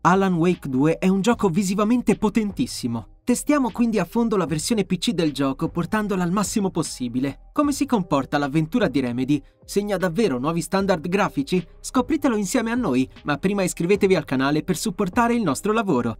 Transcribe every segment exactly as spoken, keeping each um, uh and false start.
Alan Wake due è un gioco visivamente potentissimo. Testiamo quindi a fondo la versione P C del gioco portandola al massimo possibile. Come si comporta l'avventura di Remedy? Segna davvero nuovi standard grafici? Scopritelo insieme a noi, ma prima iscrivetevi al canale per supportare il nostro lavoro.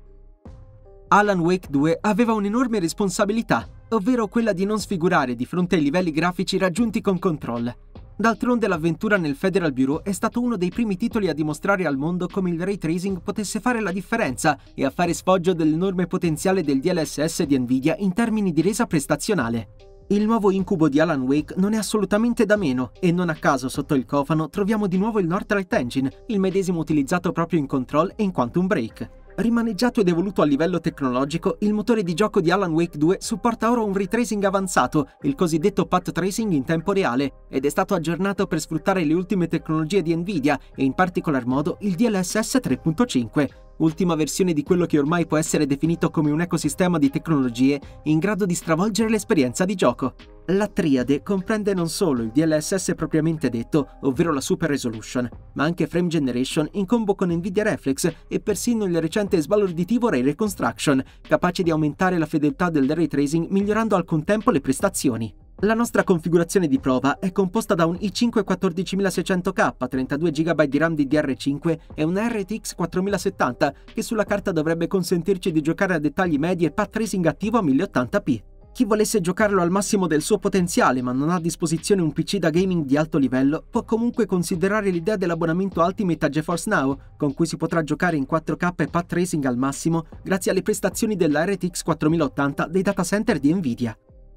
Alan Wake due aveva un'enorme responsabilità, ovvero quella di non sfigurare di fronte ai livelli grafici raggiunti con Control. D'altronde l'avventura nel Federal Bureau è stato uno dei primi titoli a dimostrare al mondo come il ray tracing potesse fare la differenza e a fare sfoggio dell'enorme potenziale del D L S S di Nvidia in termini di resa prestazionale. Il nuovo incubo di Alan Wake non è assolutamente da meno e non a caso sotto il cofano troviamo di nuovo il Northlight Engine, il medesimo utilizzato proprio in Control e in Quantum Break. Rimaneggiato ed evoluto a livello tecnologico, il motore di gioco di Alan Wake due supporta ora un ray tracing avanzato, il cosiddetto path tracing in tempo reale, ed è stato aggiornato per sfruttare le ultime tecnologie di Nvidia e in particolar modo il D L S S tre punto cinque, ultima versione di quello che ormai può essere definito come un ecosistema di tecnologie in grado di stravolgere l'esperienza di gioco. La triade comprende non solo il D L S S propriamente detto, ovvero la Super Resolution, ma anche Frame Generation in combo con Nvidia Reflex e persino il recente e sbalorditivo Ray Reconstruction, capace di aumentare la fedeltà del ray tracing migliorando al contempo le prestazioni. La nostra configurazione di prova è composta da un i cinque quattordicimilaseicento K, trentadue giga di RAM D D R cinque e un R T X quattromilasettanta che sulla carta dovrebbe consentirci di giocare a dettagli medi e path tracing attivo a mille ottanta p. Chi volesse giocarlo al massimo del suo potenziale ma non ha a disposizione un P C da gaming di alto livello può comunque considerare l'idea dell'abbonamento Ultimate a GeForce Now, con cui si potrà giocare in quattro K e path tracing al massimo grazie alle prestazioni della R T X quattromilaottanta dei data center di Nvidia.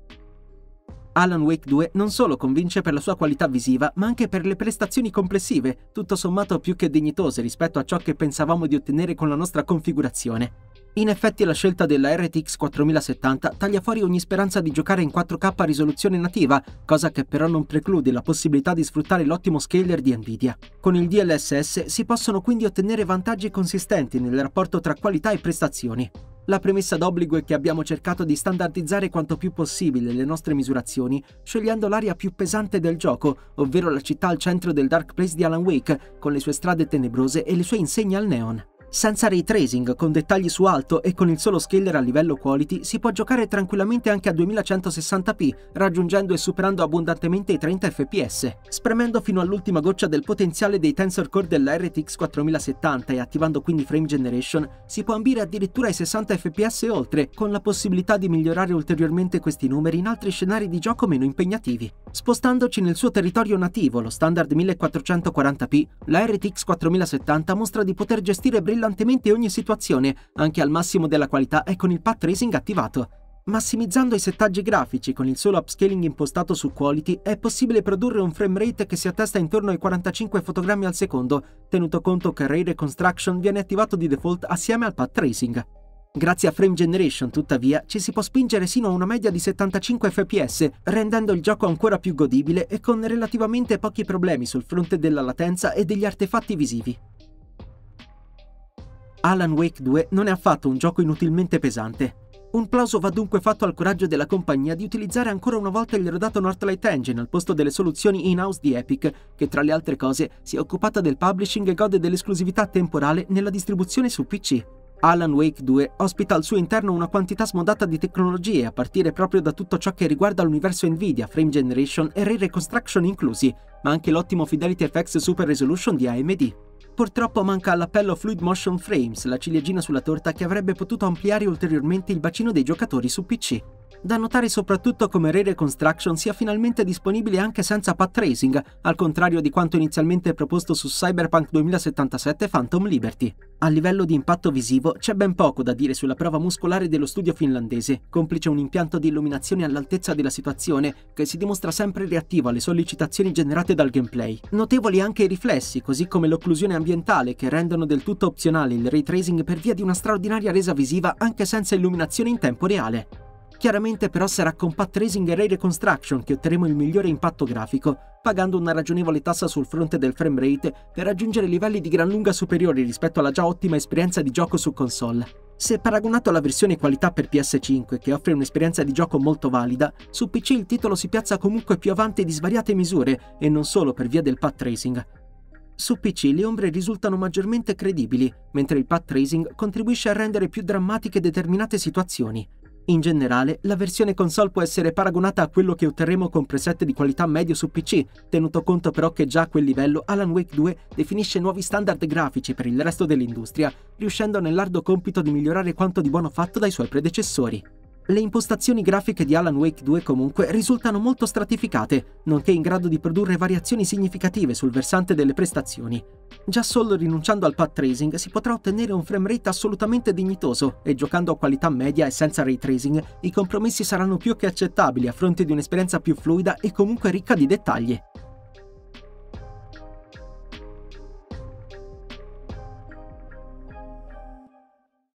Alan Wake due non solo convince per la sua qualità visiva, ma anche per le prestazioni complessive, tutto sommato più che dignitose rispetto a ciò che pensavamo di ottenere con la nostra configurazione. In effetti la scelta della R T X quattromilasettanta taglia fuori ogni speranza di giocare in quattro K a risoluzione nativa, cosa che però non preclude la possibilità di sfruttare l'ottimo scaler di Nvidia. Con il D L S S si possono quindi ottenere vantaggi consistenti nel rapporto tra qualità e prestazioni. La premessa d'obbligo è che abbiamo cercato di standardizzare quanto più possibile le nostre misurazioni, scegliendo l'area più pesante del gioco, ovvero la città al centro del Dark Place di Alan Wake, con le sue strade tenebrose e le sue insegne al neon. Senza ray tracing, con dettagli su alto e con il solo scaler a livello quality, si può giocare tranquillamente anche a duemilacentosessanta p, raggiungendo e superando abbondantemente i trenta F P S. Spremendo fino all'ultima goccia del potenziale dei tensor core della R T X quattromilasettanta e attivando quindi Frame Generation, si può ambire addirittura ai sessanta F P S e oltre, con la possibilità di migliorare ulteriormente questi numeri in altri scenari di gioco meno impegnativi. Spostandoci nel suo territorio nativo, lo standard millequattrocentoquaranta p, la R T X quattromilasettanta mostra di poter gestire brillantemente ogni situazione, anche al massimo della qualità e con il path tracing attivato. Massimizzando i settaggi grafici con il solo upscaling impostato su quality è possibile produrre un frame rate che si attesta intorno ai quarantacinque fotogrammi al secondo, tenuto conto che Ray Reconstruction viene attivato di default assieme al path tracing. Grazie a Frame Generation, tuttavia, ci si può spingere sino a una media di settantacinque F P S, rendendo il gioco ancora più godibile e con relativamente pochi problemi sul fronte della latenza e degli artefatti visivi. Alan Wake due non è affatto un gioco inutilmente pesante. Un plauso va dunque fatto al coraggio della compagnia di utilizzare ancora una volta il rodato Northlight Engine al posto delle soluzioni in-house di Epic, che tra le altre cose si è occupata del publishing e gode dell'esclusività temporale nella distribuzione su P C. Alan Wake due ospita al suo interno una quantità smodata di tecnologie, a partire proprio da tutto ciò che riguarda l'universo Nvidia, Frame Generation e Ray Reconstruction inclusi, ma anche l'ottimo Fidelity F X Super Resolution di A M D. Purtroppo manca all'appello Fluid Motion Frames, la ciliegina sulla torta che avrebbe potuto ampliare ulteriormente il bacino dei giocatori su P C. Da notare soprattutto come Ray Reconstruction sia finalmente disponibile anche senza path tracing, al contrario di quanto inizialmente proposto su Cyberpunk duemilasettantasette Phantom Liberty. A livello di impatto visivo c'è ben poco da dire sulla prova muscolare dello studio finlandese, complice un impianto di illuminazione all'altezza della situazione che si dimostra sempre reattivo alle sollecitazioni generate dal gameplay. Notevoli anche i riflessi, così come l'occlusione ambientale, che rendono del tutto opzionale il ray tracing per via di una straordinaria resa visiva anche senza illuminazione in tempo reale. Chiaramente però sarà con path tracing e Ray Reconstruction che otterremo il migliore impatto grafico, pagando una ragionevole tassa sul fronte del frame rate per raggiungere livelli di gran lunga superiori rispetto alla già ottima esperienza di gioco su console. Se paragonato alla versione qualità per P S cinque, che offre un'esperienza di gioco molto valida, su P C il titolo si piazza comunque più avanti di svariate misure, e non solo per via del path tracing. Su P C le ombre risultano maggiormente credibili, mentre il path tracing contribuisce a rendere più drammatiche determinate situazioni. In generale, la versione console può essere paragonata a quello che otterremo con preset di qualità medio su P C, tenuto conto però che già a quel livello Alan Wake due definisce nuovi standard grafici per il resto dell'industria, riuscendo nell'arduo compito di migliorare quanto di buono fatto dai suoi predecessori. Le impostazioni grafiche di Alan Wake due comunque risultano molto stratificate, nonché in grado di produrre variazioni significative sul versante delle prestazioni. Già solo rinunciando al path tracing si potrà ottenere un framerate assolutamente dignitoso e giocando a qualità media e senza ray tracing i compromessi saranno più che accettabili a fronte di un'esperienza più fluida e comunque ricca di dettagli.